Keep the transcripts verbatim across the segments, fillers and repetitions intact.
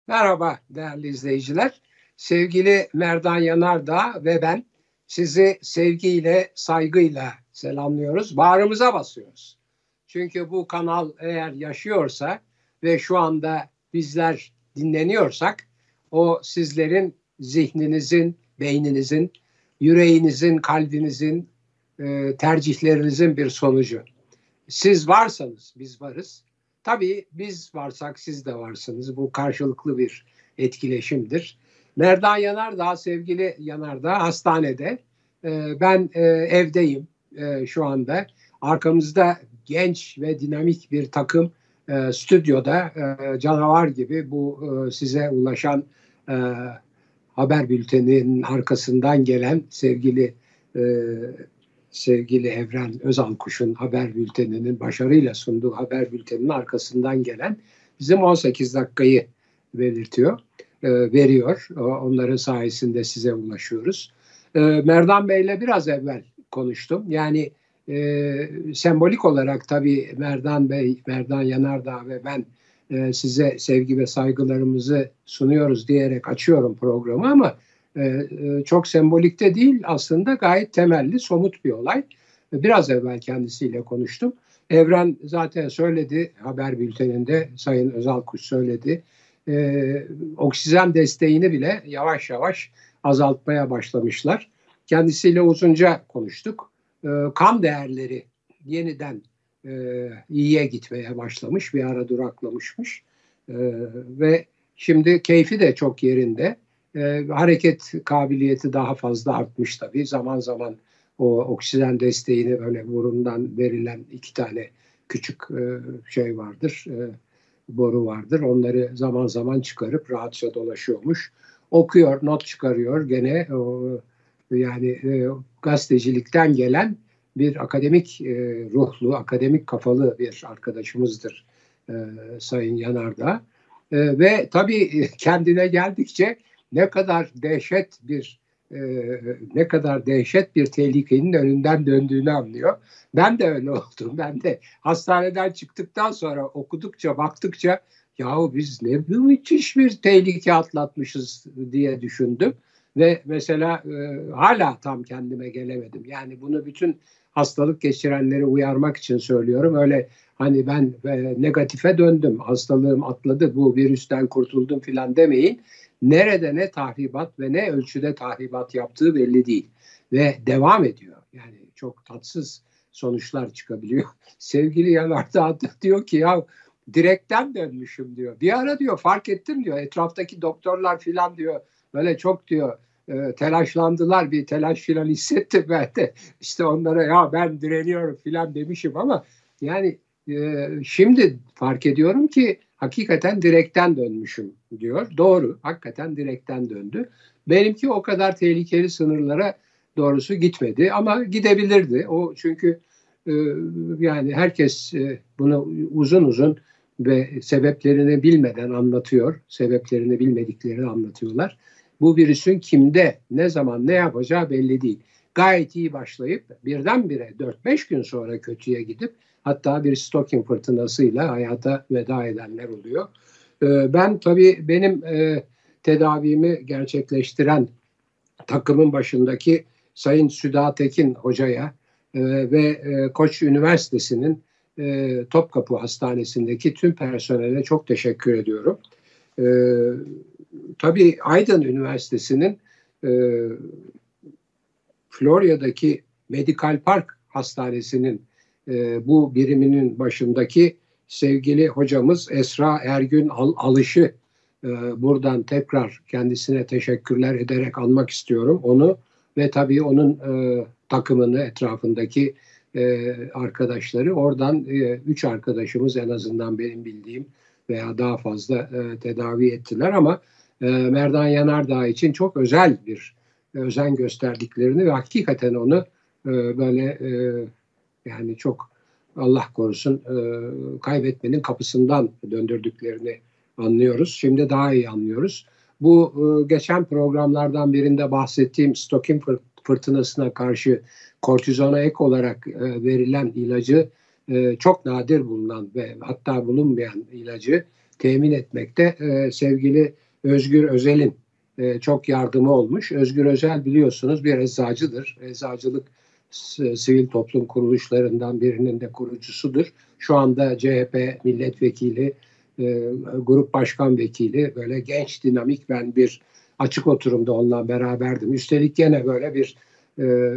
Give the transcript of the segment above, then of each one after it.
Merhaba değerli izleyiciler. Sevgili Merdan Yanardağ ve ben sizi sevgiyle, saygıyla selamlıyoruz. Bağrımıza basıyoruz. Çünkü bu kanal eğer yaşıyorsa ve şu anda bizler dinleniyorsak o sizlerin zihninizin, beyninizin, yüreğinizin, kalbinizin, e, tercihlerinizin bir sonucu. Siz varsanız biz varız. Tabii biz varsak siz de varsınız. Bu karşılıklı bir etkileşimdir. Merdan Yanardağ, sevgili Yanardağ hastanede. Ee, ben e, evdeyim e, şu anda. Arkamızda genç ve dinamik bir takım e, stüdyoda e, canavar gibi bu e, size ulaşan e, haber bülteninin arkasından gelen sevgili e, sevgili Evren Özalkuş'un haber bülteninin başarıyla sunduğu haber bülteninin arkasından gelen bizim on sekiz dakikayı belirtiyor, e, veriyor. Onların sayesinde size ulaşıyoruz. E, Merdan Bey'le biraz evvel konuştum. Yani e, sembolik olarak tabii Merdan Bey, Merdan Yanardağ ve ben e, size sevgi ve saygılarımızı sunuyoruz diyerek açıyorum programı ama Ee, çok sembolikte değil, aslında gayet temelli, somut bir olay. Biraz evvel kendisiyle konuştum. Evren zaten söyledi, haber bülteninde Sayın Özalkuş söyledi. Ee, oksijen desteğini bile yavaş yavaş azaltmaya başlamışlar. Kendisiyle uzunca konuştuk. Ee, kan değerleri yeniden e, iyiye gitmeye başlamış, bir ara duraklamışmış. Ee, ve şimdi keyfi de çok yerinde. E, hareket kabiliyeti daha fazla artmış tabii. Zaman zaman o oksijen desteğini böyle burundan verilen iki tane küçük e, şey vardır, e, boru vardır. Onları zaman zaman çıkarıp rahatça dolaşıyormuş. Okuyor, not çıkarıyor gene. O, yani e, gazetecilikten gelen bir akademik e, ruhlu, akademik kafalı bir arkadaşımızdır e, Sayın Yanardağ. E, ve tabii kendine geldikçe ne kadar dehşet bir e, ne kadar dehşet bir tehlikenin önünden döndüğünü anlıyor. Ben de öyle oldum. Ben de hastaneden çıktıktan sonra okudukça, baktıkça yahu biz ne müthiş bir tehlike atlatmışız diye düşündüm. Ve mesela e, hala tam kendime gelemedim. Yani bunu bütün hastalık geçirenleri uyarmak için söylüyorum. Öyle hani ben e, negatife döndüm, hastalığım atladı, bu virüsten kurtuldum filan demeyin. Nerede ne tahribat ve ne ölçüde tahribat yaptığı belli değil. Ve devam ediyor. Yani çok tatsız sonuçlar çıkabiliyor. Sevgili Yanardağ diyor ki ya direkten dönmüşüm diyor. Bir ara diyor fark ettim diyor. Etraftaki doktorlar filan diyor. Böyle çok diyor e, telaşlandılar. Bir telaş filan hissettim ben de. İşte onlara ya ben direniyorum filan demişim ama yani e, şimdi fark ediyorum ki hakikaten direkten dönmüşüm diyor. Doğru, hakikaten direkten döndü. Benimki o kadar tehlikeli sınırlara doğrusu gitmedi ama gidebilirdi. O çünkü e, yani herkes e, bunu uzun uzun ve sebeplerini bilmeden anlatıyor. Sebeplerini bilmediklerini anlatıyorlar. Bu virüsün kimde, ne zaman, ne yapacağı belli değil. Gayet iyi başlayıp birdenbire dört beş gün sonra kötüye gidip hatta bir stocking fırtınasıyla hayata veda edenler oluyor. Ee, ben tabii benim e, tedavimi gerçekleştiren takımın başındaki Sayın Süda Tekin Hoca'ya e, ve e, Koç Üniversitesi'nin e, Topkapı Hastanesi'ndeki tüm personele çok teşekkür ediyorum. E, tabii Aydın Üniversitesi'nin e, Florya'daki Medical Park Hastanesi'nin e, bu biriminin başındaki sevgili hocamız Esra Ergün Al- Alış'ı e, buradan tekrar kendisine teşekkürler ederek anmak istiyorum. Onu ve tabii onun e, takımını, etrafındaki e, arkadaşları. Oradan e, üç arkadaşımız en azından benim bildiğim veya daha fazla e, tedavi ettiler ama e, Merdan Yanardağ için çok özel bir özen gösterdiklerini ve hakikaten onu e, böyle e, yani çok Allah korusun e, kaybetmenin kapısından döndürdüklerini anlıyoruz. Şimdi daha iyi anlıyoruz. Bu e, geçen programlardan birinde bahsettiğim stocking fırtınasına karşı kortizona ek olarak e, verilen ilacı e, çok nadir bulunan ve hatta bulunmayan ilacı temin etmekte e, sevgili Özgür Özel'in e, çok yardımı olmuş. Özgür Özel biliyorsunuz bir eczacıdır. Eczacılık sivil toplum kuruluşlarından birinin de kurucusudur. Şu anda C H P milletvekili, e, grup başkan vekili, böyle genç, dinamik, ben bir açık oturumda onunla beraberdim. Üstelik gene böyle bir e,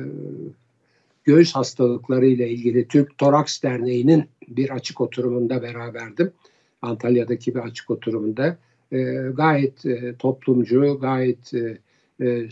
göğüs hastalıkları ile ilgili Türk Toraks Derneği'nin bir açık oturumunda beraberdim. Antalya'daki bir açık oturumunda. E, gayet e, toplumcu, gayet e, e,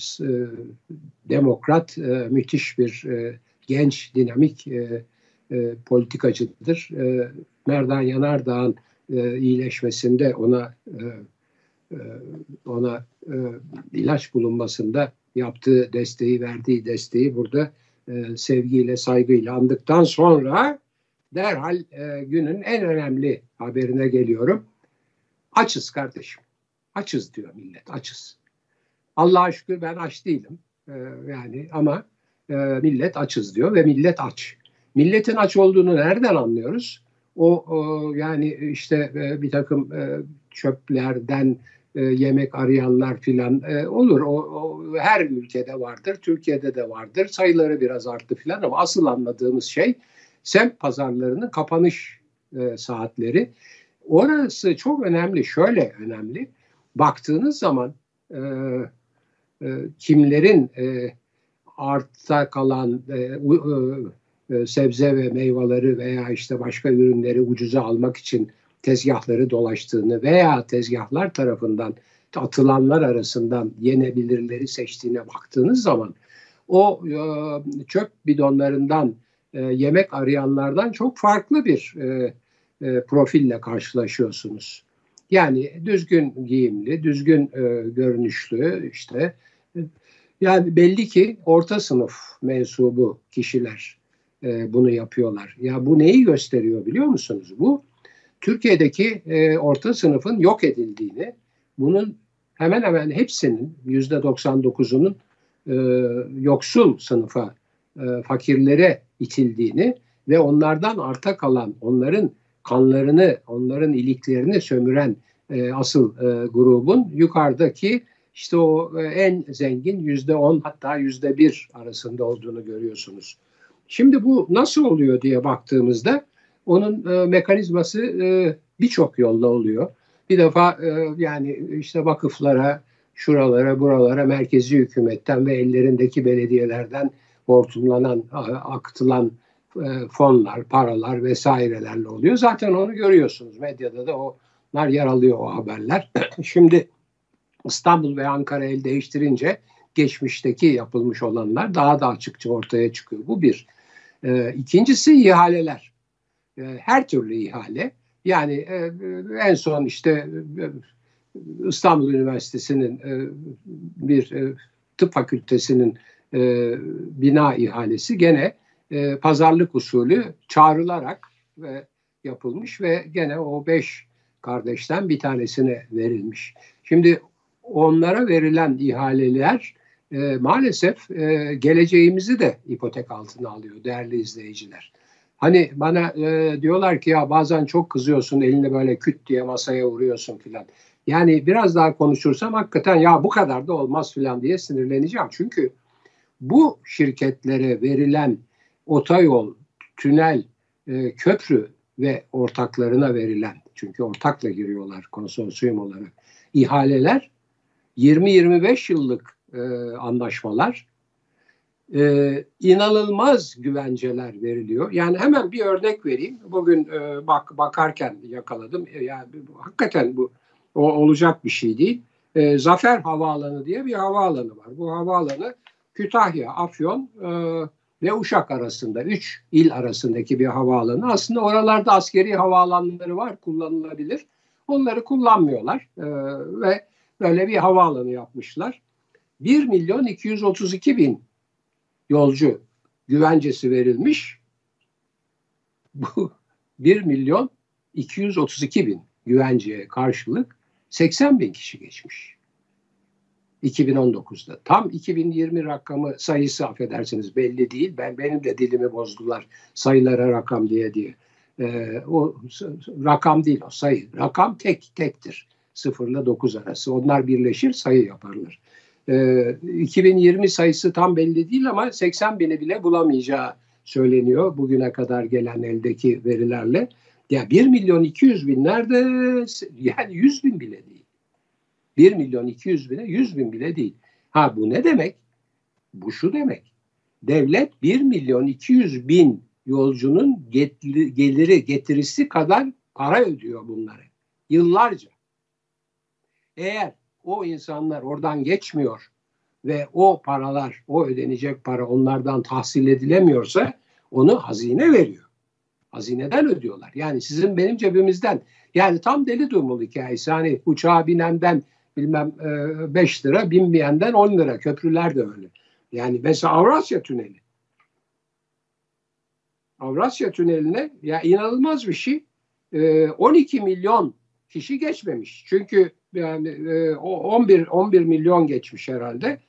demokrat, e, müthiş bir e, genç, dinamik e, e, politikacıdır. E, Merdan Yanardağ'ın e, iyileşmesinde ona e, e, ona e, ilaç bulunmasında yaptığı desteği, verdiği desteği burada e, sevgiyle, saygıyla andıktan sonra derhal e, günün en önemli haberine geliyorum. Açız kardeşim. Açız diyor millet, açız. Allah'a şükür ben aç değilim. E, yani ama e, millet açız diyor ve millet aç. Milletin aç olduğunu nereden anlıyoruz? O, o yani işte e, bir takım e, çöplerden e, yemek arayanlar filan e, olur. O, o her ülkede vardır. Türkiye'de de vardır. Sayıları biraz arttı filan ama asıl anladığımız şey semt pazarlarının kapanış e, saatleri. Orası çok önemli. Şöyle önemli. Baktığınız zaman e, e, kimlerin e, artta kalan e, e, sebze ve meyveleri veya işte başka ürünleri ucuza almak için tezgahları dolaştığını veya tezgahlar tarafından atılanlar arasından yenebilirleri seçtiğine baktığınız zaman o e, çöp bidonlarından e, yemek arayanlardan çok farklı bir e, e, profille karşılaşıyorsunuz. Yani düzgün giyimli, düzgün e, görünüşlü işte e, yani belli ki orta sınıf mensubu kişiler e, bunu yapıyorlar. Ya bu neyi gösteriyor biliyor musunuz? Bu Türkiye'deki e, orta sınıfın yok edildiğini, bunun hemen hemen hepsinin yüzde doksan dokuzunun e, yoksul sınıfa, e, fakirlere itildiğini ve onlardan arta kalan, onların kanlarını, onların iliklerini sömüren e, asıl e, grubun yukarıdaki işte o e, en zengin yüzde on hatta yüzde bir arasında olduğunu görüyorsunuz. Şimdi bu nasıl oluyor diye baktığımızda onun e, mekanizması e, birçok yolla oluyor. Bir defa e, yani işte vakıflara, şuralara, buralara merkezi hükümetten ve ellerindeki belediyelerden hortumlanan, akıtılan e, fonlar, paralar vesairelerle oluyor. Zaten onu görüyorsunuz. Medyada da onlar yer alıyor o haberler. Şimdi İstanbul ve Ankara el değiştirince geçmişteki yapılmış olanlar daha da açıkça ortaya çıkıyor. Bu bir. E, ikincisi ihaleler. E, her türlü ihale. Yani e, en son işte e, İstanbul Üniversitesi'nin e, bir e, tıp fakültesinin e, bina ihalesi gene e, pazarlık usulü çağrılarak ve yapılmış ve gene o beş kardeşten bir tanesine verilmiş. Şimdi onlara verilen ihaleler e, maalesef e, geleceğimizi de ipotek altına alıyor değerli izleyiciler. Hani bana e, diyorlar ki ya bazen çok kızıyorsun, elini böyle küt diye masaya vuruyorsun filan. Yani biraz daha konuşursam hakikaten ya bu kadar da olmaz filan diye sinirleneceğim. Çünkü bu şirketlere verilen otoyol, tünel, e, köprü ve ortaklarına verilen, çünkü ortakla giriyorlar konsorsiyum olarak, ihaleler yirmi yirmi beş yıllık e, anlaşmalar, e, inanılmaz güvenceler veriliyor. Yani hemen bir örnek vereyim. Bugün e, bak bakarken yakaladım. E, yani hakikaten bu o, olacak bir şey değil. E, Zafer Havaalanı diye bir havaalanı var. Bu havaalanı Kütahya, Afyon e, ve Uşak arasında, üç il arasındaki bir havaalanı. Aslında oralarda askeri havaalanları var, kullanılabilir. Onları kullanmıyorlar e, ve böyle bir havaalanı yapmışlar. bir milyon iki yüz otuz iki bin yolcu güvencesi verilmiş. Bu bir milyon iki yüz otuz iki bin güvenceye karşılık seksen bin kişi geçmiş. iki bin on dokuzda. Tam iki bin yirmi rakamı sayısı affedersiniz belli değil. Ben benim de dilimi bozdular sayılara rakam diye diye. Ee, o rakam değil, o sayı. Rakam tek tektir. Sıfırla dokuz arası. Onlar birleşir sayı yaparlar. Ee, iki bin yirmi sayısı tam belli değil ama seksen bini bile bulamayacağı söyleniyor bugüne kadar gelen eldeki verilerle. Ya bir milyon iki yüz bin nerede? Yani yüz bin bile değil. bir milyon iki yüz bine yüz bin bile değil. Ha bu ne demek? Bu şu demek. Devlet bir milyon iki yüz bin yolcunun geliri getirisi kadar para ödüyor bunları. Yıllarca. Eğer o insanlar oradan geçmiyor ve o paralar, o ödenecek para onlardan tahsil edilemiyorsa onu hazine veriyor. Hazineden ödüyorlar. Yani sizin benim cebimizden. Yani tam deli dumul hikayesi. Hani uçağa binenden bilmem beş lira, binmeyenden on lira. Köprüler de öyle. Yani mesela Avrasya Tüneli. Avrasya Tüneli'ne ya inanılmaz bir şey. on iki milyon kişi geçmemiş. Çünkü yani on bir on bir milyon geçmiş herhalde.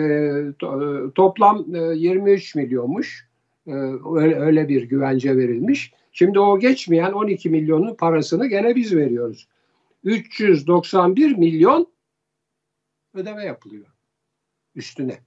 Toplam yirmi üç milyonmuş. Öyle, öyle bir güvence verilmiş. Şimdi o geçmeyen on iki milyonun parasını gene biz veriyoruz. üç yüz doksan bir milyon ödeme yapılıyor üstüne.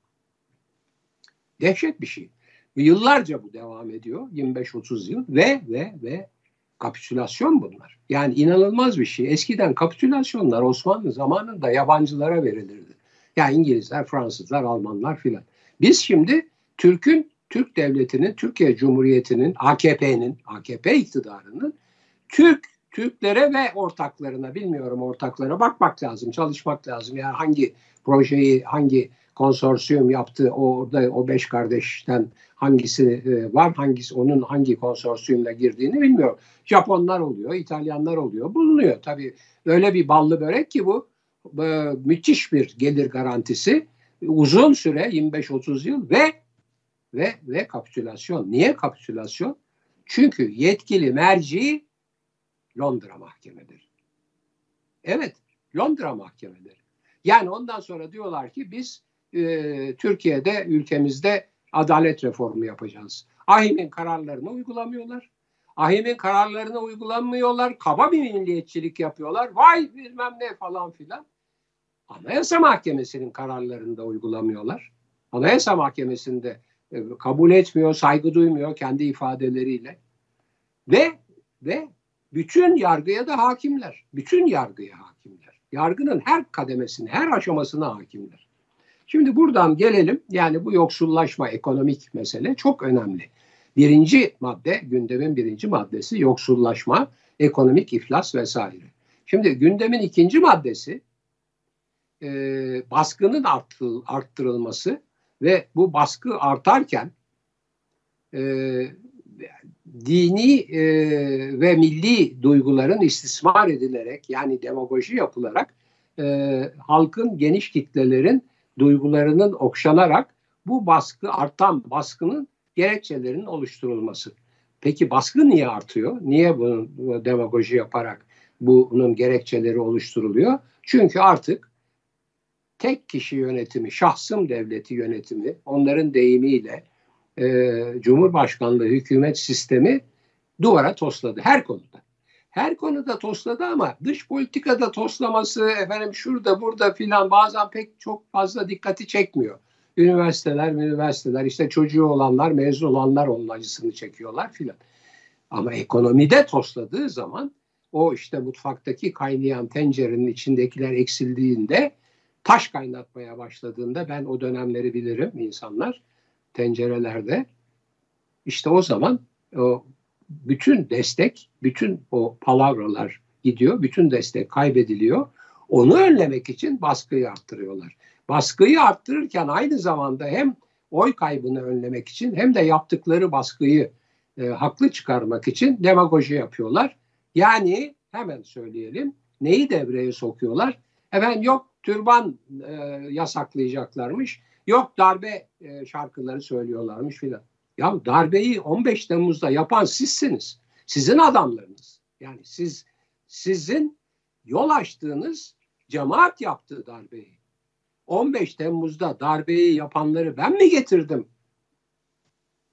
Dehşet bir şey. Yıllarca bu devam ediyor. yirmi beş otuz yıl ve ve ve kapitülasyon bunlar. Yani inanılmaz bir şey. Eskiden kapitülasyonlar Osmanlı zamanında yabancılara verilirdi. Yani İngilizler, Fransızlar, Almanlar filan. Biz şimdi Türk'ün, Türk Devleti'nin, Türkiye Cumhuriyeti'nin, A K P'nin, A K P iktidarının Türk, Türklere ve ortaklarına, bilmiyorum ortaklara bakmak lazım, çalışmak lazım. Yani hangi projeyi, hangi konsorsiyum yaptı, orada o beş kardeşten hangisi var, hangisi onun hangi konsorsiyumla girdiğini bilmiyorum. Japonlar oluyor, İtalyanlar oluyor, bulunuyor. Tabii öyle bir ballı börek ki bu, bu müthiş bir gelir garantisi. Uzun süre yirmi beş otuz yıl ve ve ve kapitülasyon. Niye kapitülasyon? Çünkü yetkili merci Londra mahkemeleri. Evet, Londra mahkemeleri. Yani ondan sonra diyorlar ki biz e, Türkiye'de, ülkemizde adalet reformu yapacağız. Ahim'in kararlarını uygulamıyorlar. Ahim'in kararlarını uygulamıyorlar. Kaba bir milliyetçilik yapıyorlar. Vay bilmem ne falan filan. Anayasa Mahkemesi'nin kararlarını da uygulamıyorlar. Anayasa Mahkemesi'nde e, kabul etmiyor, saygı duymuyor kendi ifadeleriyle. Ve ve bütün yargıya da hakimler. Bütün yargıya hakimler. Yargının her kademesine, her aşamasına hakimler. Şimdi buradan gelelim. Yani bu yoksullaşma, ekonomik mesele çok önemli. Birinci madde, gündemin birinci maddesi yoksullaşma, ekonomik iflas vesaire. Şimdi gündemin ikinci maddesi e, baskının arttırıl, arttırılması ve bu baskı artarken e, dini e, ve milli duyguların istismar edilerek, yani demagoji yapılarak e, halkın, geniş kitlelerin duygularının okşanarak bu baskı, artan baskının gerekçelerinin oluşturulması. Peki baskı niye artıyor? Niye bunu demagoji yaparak bunun gerekçeleri oluşturuluyor? Çünkü artık tek kişi yönetimi, şahsım devleti yönetimi, onların deyimiyle e, Cumhurbaşkanlığı hükümet sistemi duvara tosladı her konuda. Her konuda tosladı ama dış politikada toslaması, efendim şurada burada filan bazen pek çok fazla dikkati çekmiyor. Üniversiteler, üniversiteler işte çocuğu olanlar, mezun olanlar onun acısını çekiyorlar filan. Ama ekonomide tosladığı zaman o işte mutfaktaki kaynayan tencerenin içindekiler eksildiğinde, taş kaynatmaya başladığında, ben o dönemleri bilirim insanlar tencerelerde, işte o zaman o bütün destek, bütün o palavralar gidiyor, bütün destek kaybediliyor. Onu önlemek için baskıyı arttırıyorlar. Baskıyı arttırırken aynı zamanda hem oy kaybını önlemek için hem de yaptıkları baskıyı e, haklı çıkarmak için demagoji yapıyorlar. Yani hemen söyleyelim, neyi devreye sokuyorlar? Efendim yok türban e, yasaklayacaklarmış, yok darbe e, şarkıları söylüyorlarmış filan. Ya darbeyi on beş Temmuz'da yapan sizsiniz. Sizin adamlarınız. Yani siz sizin yol açtığınız cemaat yaptığı darbeyi. on beş Temmuz'da darbeyi yapanları ben mi getirdim?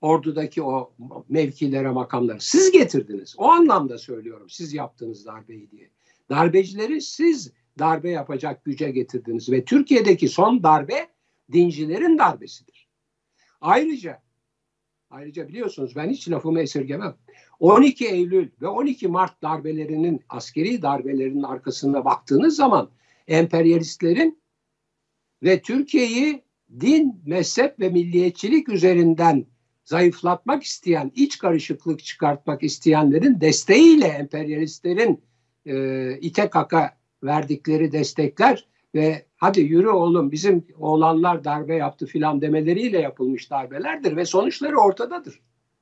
ordudaki o mevkilere, makamları siz getirdiniz. O anlamda söylüyorum, siz yaptınız darbeyi diye. Darbecileri siz darbe yapacak güce getirdiniz ve Türkiye'deki son darbe dincilerin darbesidir. Ayrıca ayrıca biliyorsunuz, ben hiç lafımı esirgemem. on iki Eylül ve on iki Mart darbelerinin, askeri darbelerinin arkasına baktığınız zaman emperyalistlerin ve Türkiye'yi din, mezhep ve milliyetçilik üzerinden zayıflatmak isteyen, iç karışıklık çıkartmak isteyenlerin desteğiyle emperyalistlerin e, ite kaka verdikleri destekler ve hadi yürü oğlum bizim oğlanlar darbe yaptı filan demeleriyle yapılmış darbelerdir ve sonuçları ortadadır.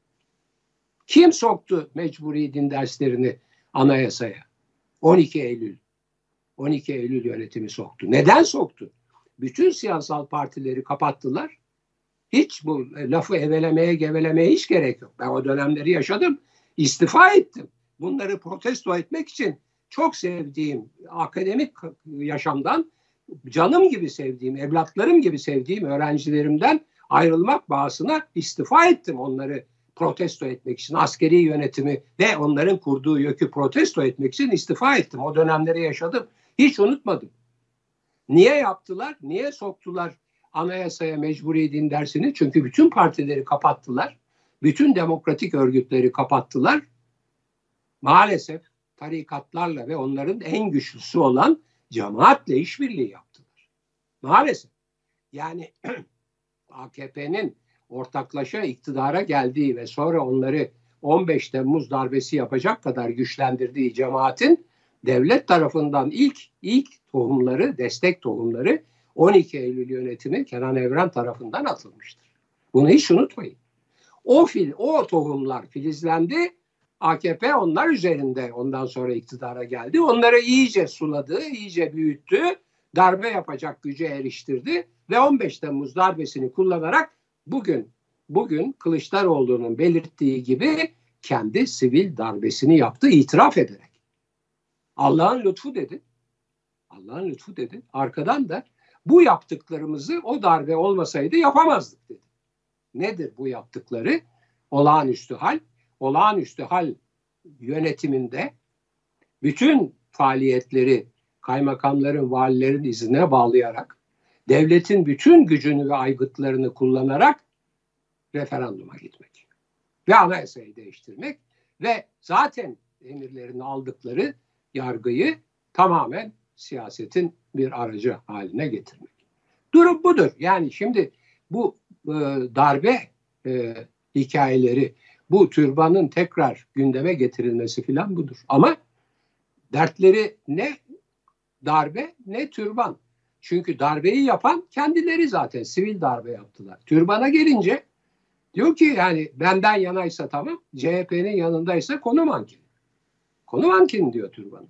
Kim soktu mecburi din derslerini anayasaya? on iki Eylül. on iki Eylül yönetimi soktu. Neden soktu? Bütün siyasal partileri kapattılar. Hiç bu lafı evelemeye gevelemeye hiç gerek yok. Ben o dönemleri yaşadım. İstifa ettim. Bunları protesto etmek için çok sevdiğim akademik yaşamdan, canım gibi sevdiğim, evlatlarım gibi sevdiğim öğrencilerimden ayrılmak bahasına istifa ettim. Onları protesto etmek için, askeri yönetimi ve onların kurduğu YÖK'ü protesto etmek için istifa ettim. O dönemleri yaşadım. Hiç unutmadım. Niye yaptılar? Niye soktular anayasaya mecburi din dersini? Çünkü bütün partileri kapattılar. Bütün demokratik örgütleri kapattılar. Maalesef tarikatlarla ve onların en güçlüsü olan cemaatle işbirliği yaptılar. Maalesef. Yani A K P'nin ortaklaşa iktidara geldiği ve sonra onları on beş Temmuz darbesi yapacak kadar güçlendirdiği cemaatin devlet tarafından ilk ilk tohumları, destek tohumları on iki Eylül yönetimi Kenan Evren tarafından atılmıştır. Bunu hiç unutmayın. O fil, o tohumlar filizlendi. A K P onlar üzerinde ondan sonra iktidara geldi. Onları iyice suladı, iyice büyüttü. Darbe yapacak güce eriştirdi ve on beş Temmuz darbesini kullanarak bugün bugün Kılıçdaroğlu'nun belirttiği gibi kendi sivil darbesini yaptı, itiraf ederek. Allah'ın lütfu dedi. Allah'ın lütfu dedi. Arkadan da bu yaptıklarımızı o darbe olmasaydı yapamazdık dedi. Nedir bu yaptıkları? Olağanüstü hal. Olağanüstü hal yönetiminde bütün faaliyetleri kaymakamların, valilerin iznine bağlayarak, devletin bütün gücünü ve aygıtlarını kullanarak referanduma gitmek ve anayasayı değiştirmek ve zaten emirlerini aldıkları yargıyı tamamen siyasetin bir aracı haline getirmek. Durum budur. Yani şimdi bu e, darbe e, hikayeleri, bu türbanın tekrar gündeme getirilmesi filan budur. Ama dertleri ne darbe ne türban. Çünkü darbeyi yapan kendileri zaten sivil darbe yaptılar. Türbana gelince diyor ki yani benden yanaysa tamam, C H P'nin yanındaysa konu mankin. Konu mankin diyor türbanı.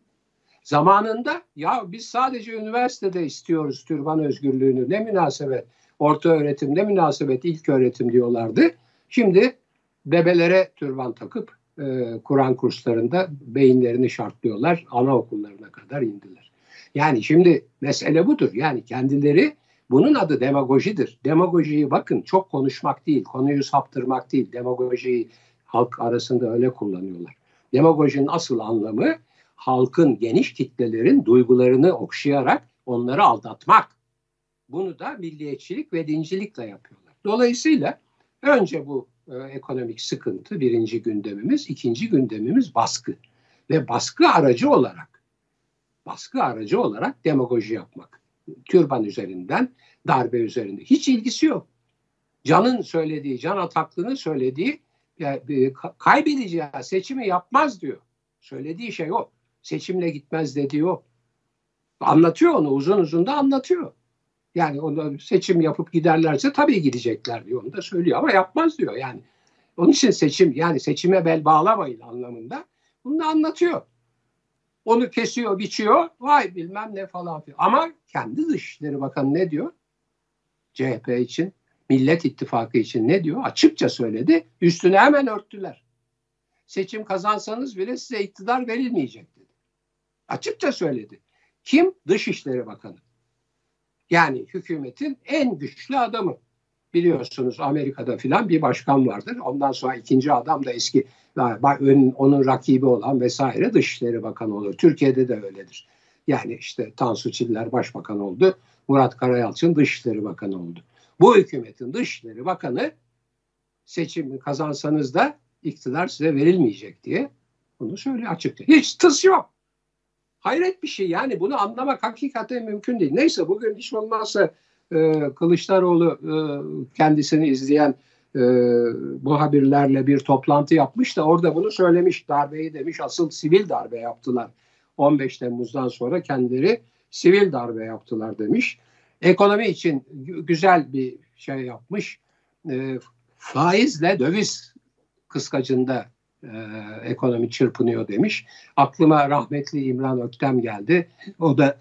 Zamanında ya biz sadece üniversitede istiyoruz türban özgürlüğünü, ne münasebet, orta öğretim ne münasebet, ilk öğretim diyorlardı. Şimdi bebelere türban takıp e, Kur'an kurslarında beyinlerini şartlıyorlar, anaokullarına kadar indiler. Yani şimdi mesele budur. Yani kendileri, bunun adı demagojidir. Demagojiyi bakın çok konuşmak değil, konuyu saptırmak değil. Demagojiyi halk arasında öyle kullanıyorlar. Demagojinin asıl anlamı halkın, geniş kitlelerin duygularını okşayarak onları aldatmak. Bunu da milliyetçilik ve dincilikle yapıyorlar. Dolayısıyla önce bu e, ekonomik sıkıntı birinci gündemimiz, ikinci gündemimiz baskı. Ve baskı aracı olarak, baskı aracı olarak demagoji yapmak. Türban üzerinden, darbe üzerinde. Hiç ilgisi yok. Can'ın söylediği, Can Ataklı'nın söylediği, yani, kaybedeceği seçimi yapmaz diyor. Söylediği şey o. Seçimle gitmez dediği o. Anlatıyor onu, uzun uzun da anlatıyor. Yani onu seçim yapıp giderlerse tabii gidecekler diyor. Onu da söylüyor ama yapmaz diyor. Yani onun için seçim, yani seçime bel bağlamayın anlamında bunu da anlatıyor. Onu kesiyor, biçiyor. Vay bilmem ne falan filan. Ama kendi Dışişleri Bakanı ne diyor? C H P için, Millet İttifakı için ne diyor? Açıkça söyledi. Üstüne hemen örttüler. Seçim kazansanız bile size iktidar verilmeyecek dedi. Açıkça söyledi. Kim? Dışişleri Bakanı. Yani hükümetin en güçlü adamı. biliyorsunuz Amerika'da filan bir başkan vardır. Ondan sonra ikinci adam da eski onun rakibi olan vesaire Dışişleri Bakanı olur. Türkiye'de de öyledir. Yani işte Tansu Çiller Başbakan oldu. Murat Karayalçın Dışişleri Bakanı oldu. Bu hükümetin Dışişleri Bakanı seçimi kazansanız da iktidar size verilmeyecek diye bunu söyle açıkça. Hiç tıs yok. Hayret bir şey yani, bunu anlamak hakikaten mümkün değil. Neyse, bugün hiç olmazsa e, Kılıçdaroğlu e, kendisini izleyen e, muhabirlerle bir toplantı yapmış da orada bunu söylemiş. Darbeyi demiş asıl sivil darbe yaptılar. on beş Temmuz'dan sonra kendileri sivil darbe yaptılar demiş. Ekonomi için güzel bir şey yapmış. E, faizle döviz kıskacında e, ekonomi çırpınıyor demiş. Aklıma rahmetli İmran Öktem geldi. O da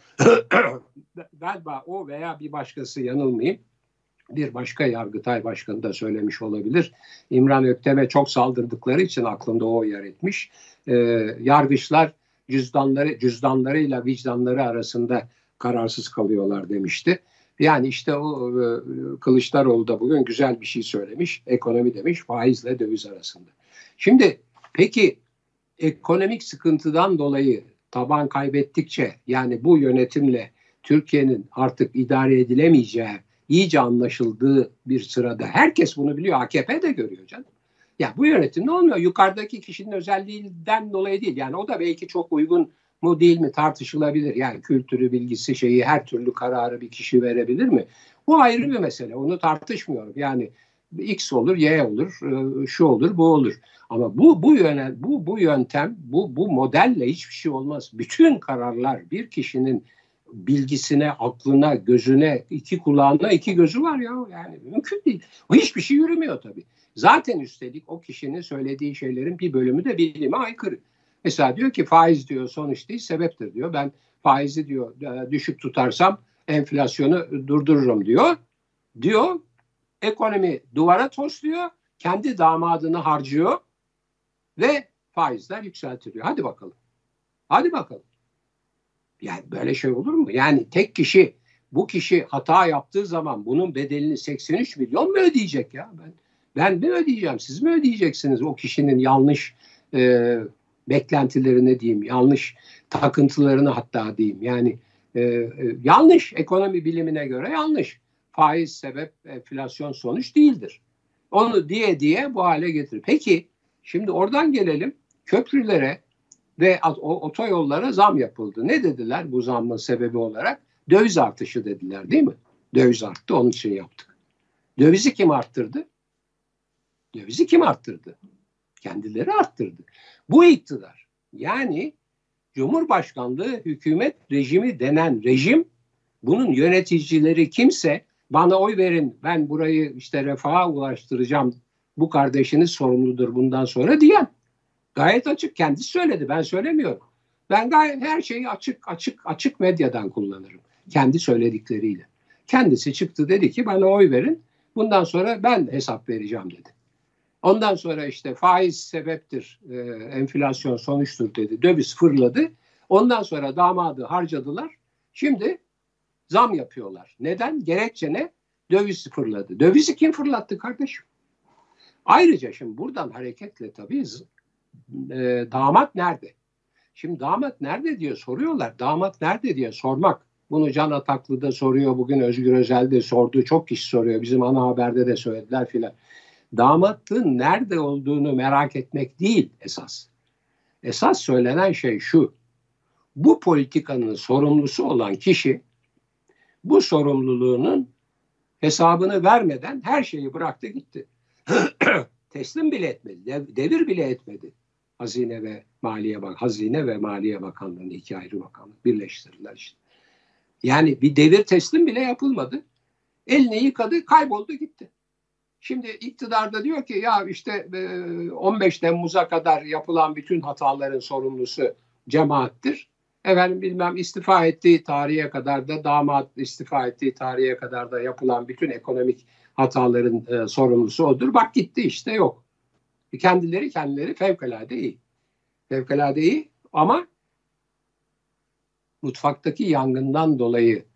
galiba o veya bir başkası, yanılmayayım, bir başka Yargıtay Başkanı da söylemiş olabilir. İmran Öktem'e çok saldırdıkları için aklımda o yer etmiş. E, yargıçlar cüzdanları cüzdanlarıyla vicdanları arasında kararsız kalıyorlar demişti. Yani işte o e, Kılıçdaroğlu da bugün güzel bir şey söylemiş. Ekonomi demiş, faizle döviz arasında. Şimdi peki ekonomik sıkıntıdan dolayı taban kaybettikçe, yani bu yönetimle Türkiye'nin artık idare edilemeyeceği iyice anlaşıldığı bir sırada, herkes bunu biliyor, A K P de görüyor canım. Ya bu yönetim ne olmuyor? Yukarıdaki kişinin özelliğinden dolayı değil. Yani o da belki çok uygun mu değil mi tartışılabilir. Yani kültürü, bilgisi, şeyi, her türlü kararı bir kişi verebilir mi? Bu ayrı bir mesele. Onu tartışmıyorum. Yani X olur, Y olur, şu olur, bu olur. Ama bu bu yöne, bu bu yöntem, bu bu modelle hiçbir şey olmaz. Bütün kararlar bir kişinin bilgisine, aklına, gözüne, iki kulağına iki gözü var ya. Yani mümkün değil. O hiçbir şey yürümüyor tabii. Zaten üstelik o kişinin söylediği şeylerin bir bölümü de bilime aykırı. Mesela diyor ki faiz diyor sonuç değil sebeptir diyor. Ben faizi diyor düşük tutarsam enflasyonu durdururum diyor. Diyor, ekonomi duvara tosluyor, kendi damadını harcıyor ve faizler yükseltiliyor. Hadi bakalım. Hadi bakalım. Yani böyle şey olur mu? Yani tek kişi, bu kişi hata yaptığı zaman bunun bedelini seksen üç milyon mu ödeyecek ya? Ben ben mi ödeyeceğim? Siz mi ödeyeceksiniz o kişinin yanlış e, beklentilerini diyeyim, yanlış takıntılarını hatta diyeyim. Yani e, e, yanlış, ekonomi bilimine göre yanlış. Faiz sebep, enflasyon sonuç değildir. Onu diye diye bu hale getirir. Peki şimdi oradan gelelim köprülere ve otoyollara zam yapıldı. Ne dediler bu zammın sebebi olarak? Döviz artışı dediler, değil mi? Döviz arttı, onun için yaptık. Dövizi kim arttırdı? Dövizi kim arttırdı? Kendileri arttırdı. Bu iktidar, yani Cumhurbaşkanlığı hükümet rejimi denen rejim, bunun yöneticileri kimse, bana oy verin ben burayı işte refaha ulaştıracağım, bu kardeşiniz sorumludur bundan sonra diyen. Gayet açık, kendisi söyledi, ben söylemiyorum. Ben gayet her şeyi açık açık açık medyadan kullanırım. Kendi söyledikleriyle. Kendisi çıktı dedi ki bana oy verin, bundan sonra ben hesap vereceğim dedi. Ondan sonra işte faiz sebeptir, e, enflasyon sonuçtur dedi. Döviz fırladı. Ondan sonra damadı harcadılar. Şimdi zam yapıyorlar. Neden? Gerekçe ne? Döviz fırladı. Dövizi kim fırlattı kardeşim? Ayrıca şimdi buradan hareketle tabii e, damat nerede? Şimdi damat nerede diye soruyorlar. Damat nerede diye sormak. Bunu Can Ataklı da soruyor. Bugün Özgür Özel de sordu. Çok kişi soruyor. Bizim ana haberde de söylediler filan. Damatlığın nerede olduğunu merak etmek değil esas. Esas söylenen şey şu. Bu politikanın sorumlusu olan kişi bu sorumluluğunun hesabını vermeden her şeyi bıraktı gitti. Teslim bile etmedi. Devir bile etmedi. Hazine ve Maliye Bak, Hazine ve Maliye Bakanlığı'nın iki ayrı bakanlık birleştirdiler işte. Yani bir devir teslim bile yapılmadı. Elini yıkadı, kayboldu gitti. Şimdi iktidarda diyor ki ya işte on beş Temmuz'a kadar yapılan bütün hataların sorumlusu cemaattir. Efendim bilmem istifa ettiği tarihe kadar da damat istifa ettiği tarihe kadar da yapılan bütün ekonomik hataların e, sorumlusu odur. Bak gitti işte yok. Kendileri kendileri fevkalade iyi. Fevkalade iyi ama mutfaktaki yangından dolayı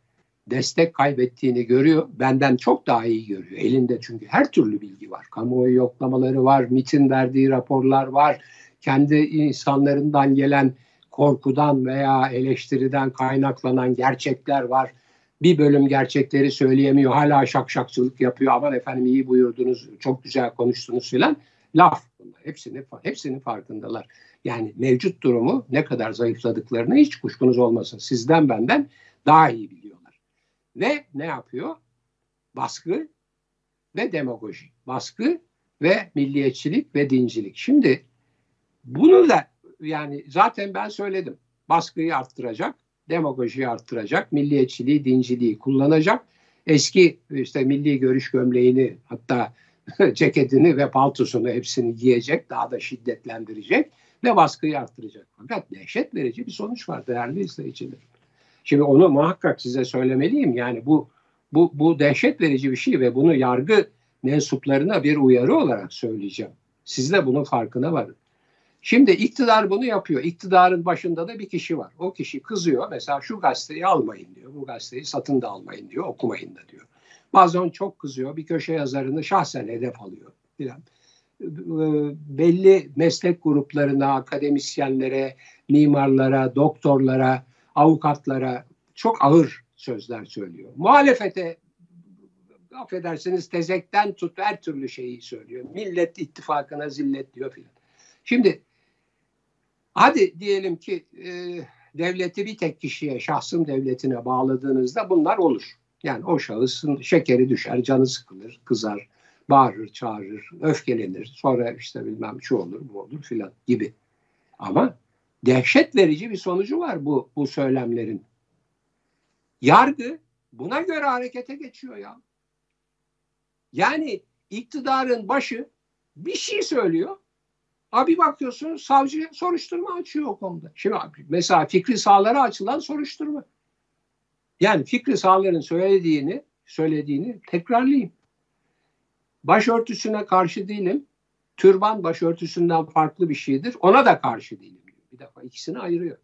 destek kaybettiğini görüyor. Benden çok daha iyi görüyor. Elinde çünkü her türlü bilgi var. Kamuoyu yoklamaları var, MİT'in verdiği raporlar var. Kendi insanlarından gelen korkudan veya eleştiriden kaynaklanan gerçekler var. Bir bölüm gerçekleri söyleyemiyor. Hala şakşakçılık yapıyor. Aman efendim iyi buyurdunuz, çok güzel konuştunuz filan. Laf bunlar. Hepsini, hepsinin farkındalar. Yani mevcut durumu ne kadar zayıfladıklarını hiç kuşkunuz olmasın. Sizden benden daha iyi biliyorlar. Ve ne yapıyor? Baskı ve demagoji. Baskı ve milliyetçilik ve dincilik. Şimdi bunu da yani zaten ben söyledim. Baskıyı arttıracak, demagojiyi arttıracak, milliyetçiliği, dinciliği kullanacak. Eski işte milli görüş gömleğini, hatta ceketini ve paltosunu hepsini giyecek, daha da şiddetlendirecek ve baskıyı arttıracak. Fakat dehşet verici bir sonuç var değerli izleyiciler. Şimdi onu muhakkak size söylemeliyim. Yani bu bu bu dehşet verici bir şey ve bunu yargı mensuplarına bir uyarı olarak söyleyeceğim. Siz de bunun farkına varın. Şimdi iktidar bunu yapıyor. İktidarın başında da bir kişi var. O kişi kızıyor. Mesela şu gazeteyi almayın diyor. Bu gazeteyi satın da almayın diyor. Okumayın da diyor. Bazen çok kızıyor. Bir köşe yazarını şahsen hedef alıyor filan. Belli meslek gruplarına, akademisyenlere, mimarlara, doktorlara, avukatlara çok ağır sözler söylüyor. Muhalefete affedersiniz tezekten tut her türlü şeyi söylüyor. Millet İttifakı'na zillet diyor filan. Şimdi hadi diyelim ki e, devleti bir tek kişiye, şahsım devletine bağladığınızda bunlar olur. Yani o şahısın şekeri düşer, canı sıkılır, kızar, bağırır, çağırır, öfkelenir. Sonra işte bilmem şu olur, bu olur filan gibi. Ama dehşet verici bir sonucu var bu, bu söylemlerin. Yargı buna göre harekete geçiyor ya. Yani iktidarın başı bir şey söylüyor. Abi bakıyorsunuz savcı soruşturma açıyor o konuda. Şimdi mesela Fikri Sağlar'a açılan soruşturma. Yani Fikri Sağlar'ın söylediğini, söylediğini tekrarlayayım. Başörtüsüne karşı değilim. Türban başörtüsünden farklı bir şeydir. Ona da karşı değilim diyor. Bir defa ikisini ayırıyor.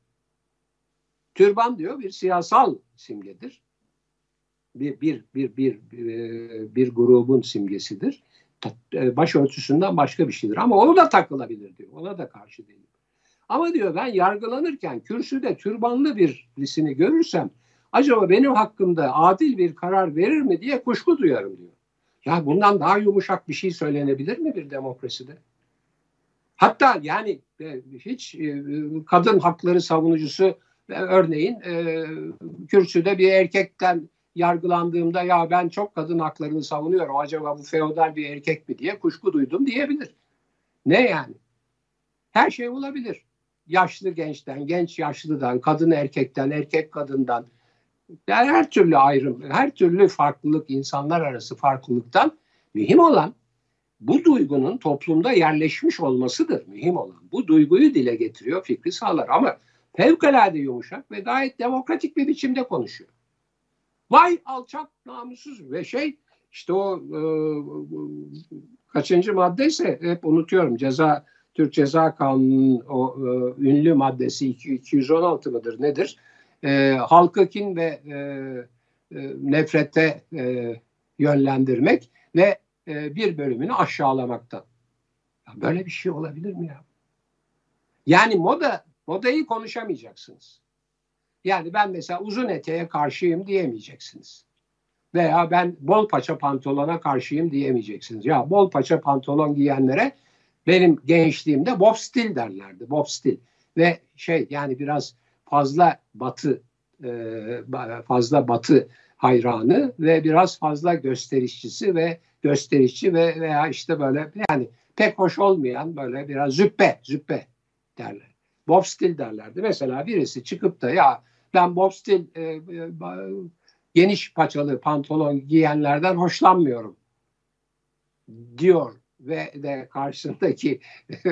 Türban diyor bir siyasal simgedir. Bir bir bir bir bir, bir grubun simgesidir. Başörtüsünden başka bir şeydir. Ama onu da takılabilir diyor. Ona da karşı değilim. Ama diyor ben yargılanırken kürsüde türbanlı birisini görürsem acaba benim hakkımda adil bir karar verir mi diye kuşku duyarım diyor. Ya bundan daha yumuşak bir şey söylenebilir mi bir demokraside? Hatta yani hiç kadın hakları savunucusu örneğin kürsüde bir erkekten yargılandığımda ya ben çok kadın haklarını savunuyorum. Acaba bu feodal bir erkek mi diye kuşku duydum diyebilir. Ne yani? Her şey olabilir. Yaşlı gençten, genç yaşlıdan, kadın erkekten, erkek kadından. Yani her türlü ayrım, her türlü farklılık, insanlar arası farklılıktan mühim olan bu duygunun toplumda yerleşmiş olmasıdır. Mühim olan. Bu duyguyu dile getiriyor Fikri Sağlar ama fevkalade yumuşak ve gayet demokratik bir biçimde konuşuyor. Vay alçak, namussuz ve şey işte o e, kaçıncı maddeyse hep unutuyorum. Ceza Türk Ceza Kanunu'nun o e, ünlü maddesi iki yüz on altı mıdır nedir? E, halkı kin ve e, e, nefrete e, yönlendirmek ve e, bir bölümünü aşağılamaktan. Ya böyle bir şey olabilir mi ya? Yani moda, modayı konuşamayacaksınız. Yani ben mesela uzun eteğe karşıyım diyemeyeceksiniz. Veya ben bol paça pantolona karşıyım diyemeyeceksiniz. Ya bol paça pantolon giyenlere benim gençliğimde bob stil derlerdi. Bob stil. Ve şey yani biraz fazla batı fazla batı hayranı ve biraz fazla gösterişçisi ve gösterişçi ve veya işte böyle yani pek hoş olmayan böyle biraz züppe züppe derler. Bob stil derlerdi. Mesela birisi çıkıp da ya ben bob stil e, e, geniş paçalı pantolon giyenlerden hoşlanmıyorum diyor ve de karşısındaki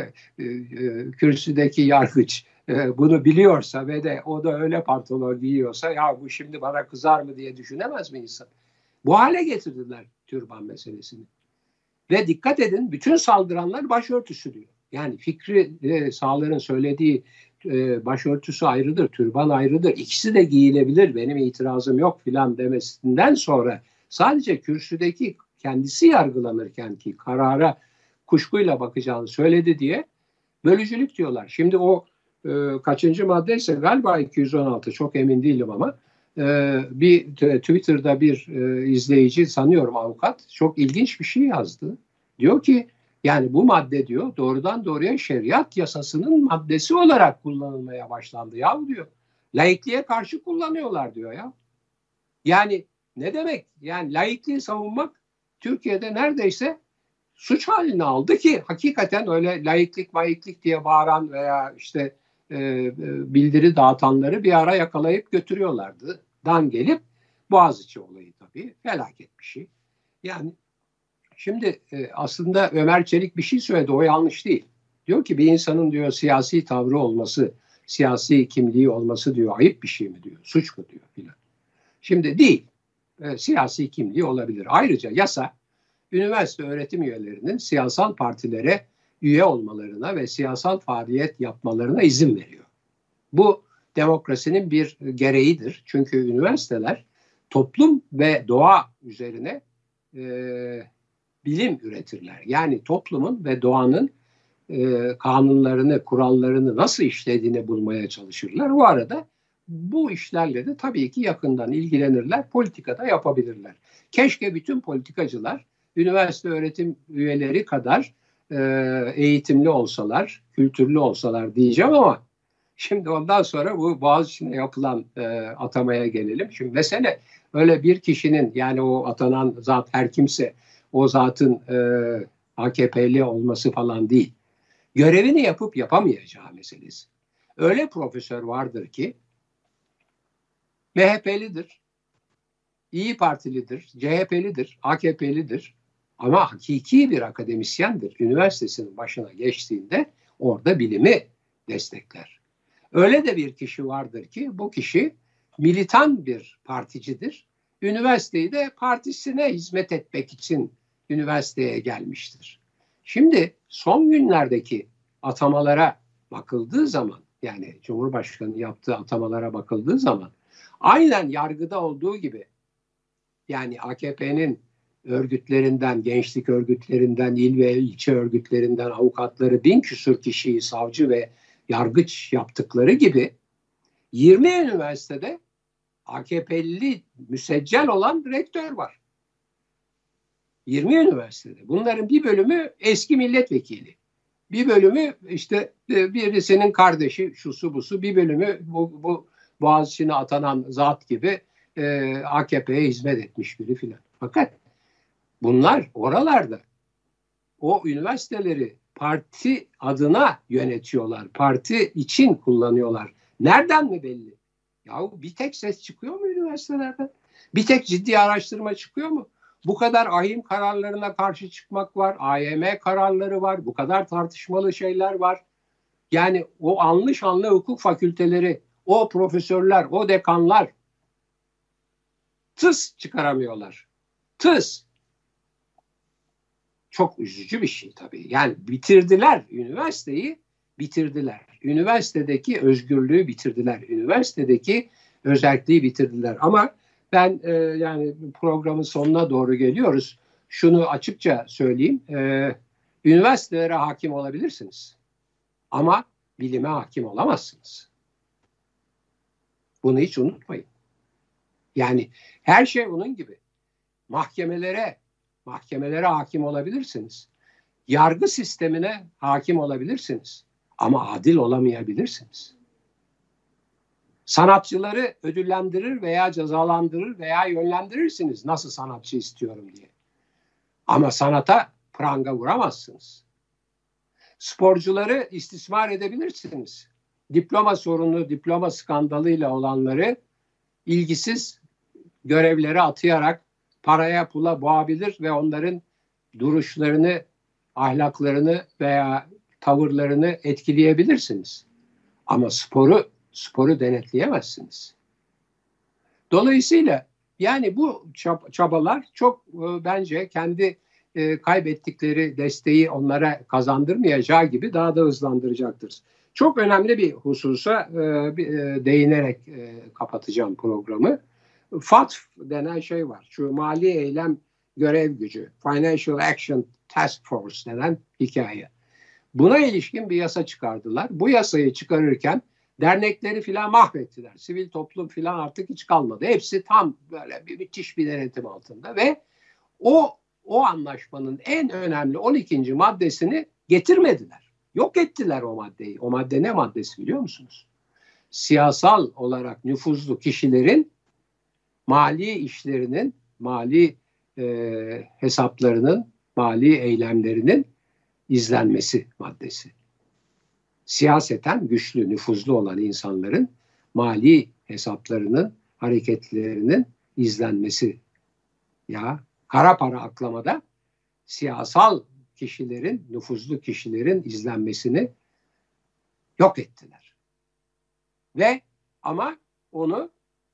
kürsüdeki yargıç bunu biliyorsa ve de o da öyle pantolon giyiyorsa ya bu şimdi bana kızar mı diye düşünemez mi insan? Bu hale getirdiler türban meselesini. Ve dikkat edin bütün saldıranlar başörtüsü diyor. Yani Fikri e, Sağlar'ın söylediği e, başörtüsü ayrıdır, türban ayrıdır. İkisi de giyilebilir, benim itirazım yok filan demesinden sonra sadece kürsüdeki kendisi yargılanırken ki karara kuşkuyla bakacağını söyledi diye bölücülük diyorlar. Şimdi o e, kaçıncı maddeyse galiba iki yüz on altı, çok emin değilim ama e, bir Twitter'da bir e, izleyici, sanıyorum avukat, çok ilginç bir şey yazdı. Diyor ki yani bu madde diyor doğrudan doğruya şeriat yasasının maddesi olarak kullanılmaya başlandı ya diyor. Laikliğe karşı kullanıyorlar diyor ya. Yani ne demek? Yani laikliği savunmak Türkiye'de neredeyse suç haline aldı ki hakikaten öyle laiklik laiklik diye bağıran veya işte e, e, bildiri dağıtanları bir ara yakalayıp götürüyorlardı. Dan gelip Boğaziçi olayı tabii felaket bir şey. Yani şimdi e, aslında Ömer Çelik bir şey söyledi, o yanlış değil. Diyor ki bir insanın diyor siyasi tavrı olması, siyasi kimliği olması diyor ayıp bir şey mi diyor, suç mu diyor filan. Şimdi değil, e, siyasi kimliği olabilir. Ayrıca yasa üniversite öğretim üyelerinin siyasal partilere üye olmalarına ve siyasal faaliyet yapmalarına izin veriyor. Bu demokrasinin bir gereğidir. Çünkü üniversiteler toplum ve doğa üzerine e, bilim üretirler. Yani toplumun ve doğanın e, kanunlarını, kurallarını nasıl işlediğini bulmaya çalışırlar. O arada bu işlerle de tabii ki yakından ilgilenirler, politikada yapabilirler. Keşke bütün politikacılar üniversite öğretim üyeleri kadar e, eğitimli olsalar, kültürlü olsalar diyeceğim ama şimdi ondan sonra bu Boğaziçi'ne yapılan e, atamaya gelelim. Şimdi mesele öyle bir kişinin, yani o atanan zat her kimse o zatın e, A K P'li olması falan değil. Görevini yapıp yapamayacağı meselesi. Öyle profesör vardır ki M H P'lidir, İyi Partilidir, C H P'lidir, A K P'lidir ama hakiki bir akademisyendir. Üniversitesinin başına geçtiğinde orada bilimi destekler. Öyle de bir kişi vardır ki bu kişi militan bir particidir. Üniversiteyi de partisine hizmet etmek için üniversiteye gelmiştir. Şimdi son günlerdeki atamalara bakıldığı zaman, yani Cumhurbaşkanı yaptığı atamalara bakıldığı zaman aynen yargıda olduğu gibi, yani A K P'nin örgütlerinden, gençlik örgütlerinden, il ve ilçe örgütlerinden avukatları bin küsur kişiyi savcı ve yargıç yaptıkları gibi yirmi üniversitede A K P'li müseccel olan rektör var. yirmi üniversitede. Bunların bir bölümü eski milletvekili. Bir bölümü işte birisinin kardeşi, şusu busu, bir bölümü bu, bu Boğaziçi'ne atanan zat gibi e, A K P'ye hizmet etmiş biri filan. Fakat bunlar oralarda o üniversiteleri parti adına yönetiyorlar. Parti için kullanıyorlar. Nereden mi belli? Yahu bir tek ses çıkıyor mu üniversitelerden? Bir tek ciddi araştırma çıkıyor mu? Bu kadar ahim kararlarına karşı çıkmak var. A Y M kararları var. Bu kadar tartışmalı şeyler var. Yani o anlı şanlı hukuk fakülteleri, o profesörler, o dekanlar tıs çıkaramıyorlar. Tıs. Çok üzücü bir şey tabii. Yani bitirdiler üniversiteyi, bitirdiler. Üniversitedeki özgürlüğü bitirdiler. Üniversitedeki özerkliği bitirdiler. Ama ben e, yani programın sonuna doğru geliyoruz. Şunu açıkça söyleyeyim. E, üniversitelere hakim olabilirsiniz. Ama bilime hakim olamazsınız. Bunu hiç unutmayın. Yani her şey onun gibi. Mahkemelere, mahkemelere hakim olabilirsiniz. Yargı sistemine hakim olabilirsiniz. Ama adil olamayabilirsiniz. Sanatçıları ödüllendirir veya cezalandırır veya yönlendirirsiniz nasıl sanatçı istiyorum diye. Ama sanata pranga vuramazsınız. Sporcuları istismar edebilirsiniz. Diploma sorunu, diploma skandalıyla olanları ilgisiz görevlere atayarak paraya pula boğabilir ve onların duruşlarını, ahlaklarını veya tavırlarını etkileyebilirsiniz. Ama sporu sporu denetleyemezsiniz. Dolayısıyla yani bu çabalar çok e, bence kendi e, kaybettikleri desteği onlara kazandırmayacağı gibi daha da hızlandıracaktır. çok önemli bir hususa e, bir, e, değinerek e, kapatacağım programı. F A T F denen şey var. Şu mali eylem görev gücü, Financial Action Task Force denen hikaye. Buna ilişkin bir yasa çıkardılar. Bu yasayı çıkarırken dernekleri filan mahvettiler. Sivil toplum filan artık hiç kalmadı. Hepsi tam böyle bir müthiş bir denetim altında ve o o anlaşmanın en önemli on ikinci maddesini getirmediler. Yok ettiler o maddeyi. O madde ne maddesi biliyor musunuz? Siyasal olarak nüfuzlu kişilerin mali işlerinin, mali e, hesaplarının, mali eylemlerinin izlenmesi maddesi. Siyaseten güçlü, nüfuzlu olan insanların mali hesaplarının, hareketlerinin izlenmesi. Ya kara para aklamada siyasal kişilerin, nüfuzlu kişilerin izlenmesini yok ettiler. Ve ama onu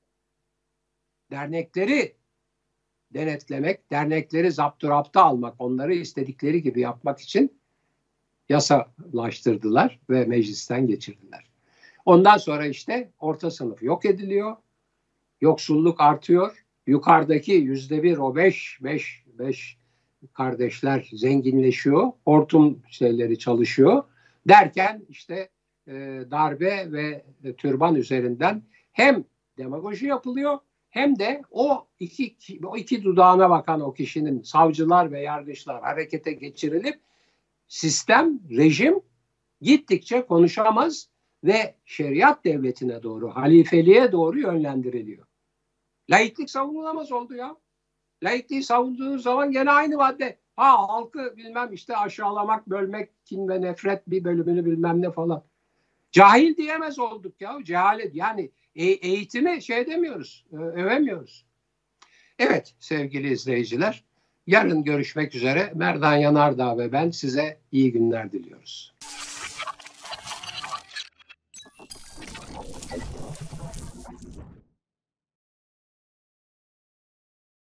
dernekleri denetlemek, dernekleri zapturapta almak, onları istedikleri gibi yapmak için yasalaştırdılar ve meclisten geçirdiler. Ondan sonra işte orta sınıf yok ediliyor, yoksulluk artıyor, yukarıdaki yüzde bir o beş, beş, beş kardeşler zenginleşiyor, hortum şeyleri çalışıyor derken işte e, darbe ve e, türban üzerinden hem demagoji yapılıyor hem de o iki, o iki dudağına bakan o kişinin savcılar ve yargıçlar harekete geçirilip sistem, rejim gittikçe konuşamaz ve şeriat devletine doğru, halifeliğe doğru yönlendiriliyor. Laiklik savunulamaz oldu ya. Laikliği savunduğunuz zaman gene aynı madde. Ha halkı bilmem işte aşağılamak, bölmek, kin ve nefret bir bölümünü bilmem ne falan. Cahil diyemez olduk ya. Cehalet yani e- eğitimi şey demiyoruz, övemiyoruz. Evet sevgili izleyiciler, yarın görüşmek üzere. Merdan Yanardağ ve ben size iyi günler diliyoruz.